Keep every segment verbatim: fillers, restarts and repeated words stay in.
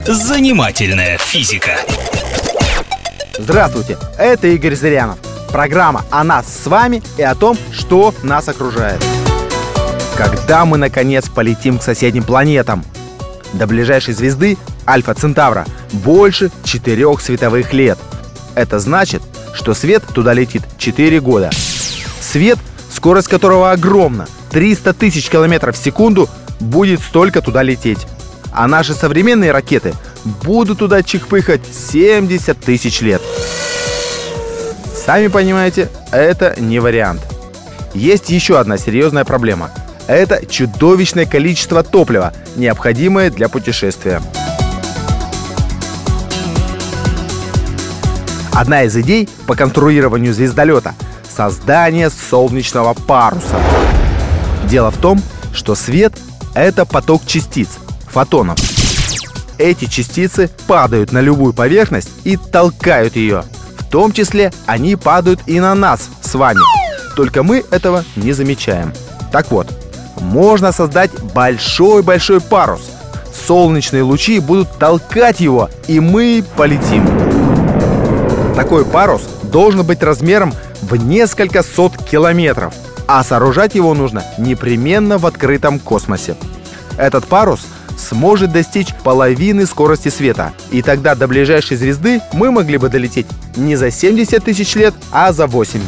Занимательная физика. Здравствуйте, это Игорь Зырянов. Программа о нас с вами и о том, что нас окружает. Когда мы, наконец, полетим к соседним планетам? До ближайшей звезды, Альфа Центавра, больше четырех световых лет. Это значит, что свет туда летит четыре года. Свет, скорость которого огромна, триста тысяч километров в секунду, будет столько туда лететь. А наши современные ракеты будут туда чихпыхать семьдесят тысяч лет. Сами понимаете, это не вариант. Есть еще одна серьезная проблема. Это чудовищное количество топлива, необходимое для путешествия. Одна из идей по конструированию звездолета – создание солнечного паруса. Дело в том, что свет – это поток частиц, фотонов. Эти частицы падают на любую поверхность и толкают ее. В том числе они падают и на нас с вами. Только мы этого не замечаем. Так вот, можно создать большой-большой парус. Солнечные лучи будут толкать его, и мы полетим. Такой парус должен быть размером в несколько сот километров, а сооружать его нужно непременно в открытом космосе. Этот парус сможет достичь половины скорости света, и тогда до ближайшей звезды мы могли бы долететь не за семьдесят тысяч лет, а за восемь.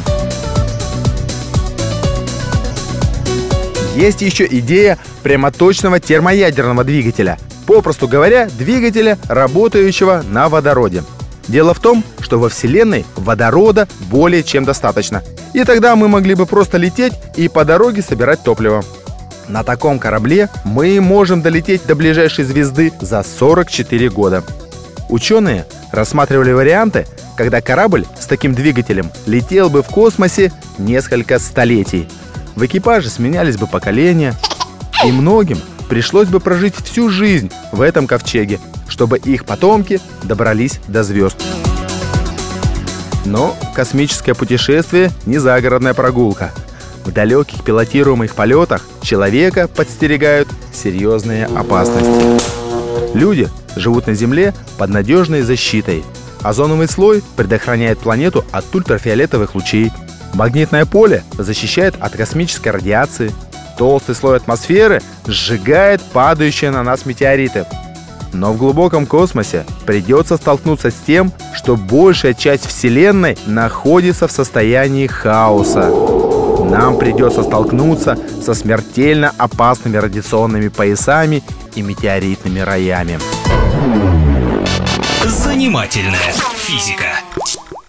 Есть еще идея прямоточного термоядерного двигателя, попросту говоря, двигателя, работающего на водороде. Дело в том, что во Вселенной водорода более чем достаточно, и тогда мы могли бы просто лететь и по дороге собирать топливо. На таком корабле мы можем долететь до ближайшей звезды за сорок четыре года. Ученые рассматривали варианты, когда корабль с таким двигателем летел бы в космосе несколько столетий. В экипаже сменялись бы поколения, и многим пришлось бы прожить всю жизнь в этом ковчеге, чтобы их потомки добрались до звезд. Но космическое путешествие не загородная прогулка. В далеких пилотируемых полетах человека подстерегают серьезные опасности. Люди живут на Земле под надежной защитой. Озоновый слой предохраняет планету от ультрафиолетовых лучей. Магнитное поле защищает от космической радиации. Толстый слой атмосферы сжигает падающие на нас метеориты. Но в глубоком космосе придется столкнуться с тем, что большая часть Вселенной находится в состоянии хаоса. Нам придется столкнуться со смертельно опасными радиационными поясами и метеоритными раями. Занимательная физика.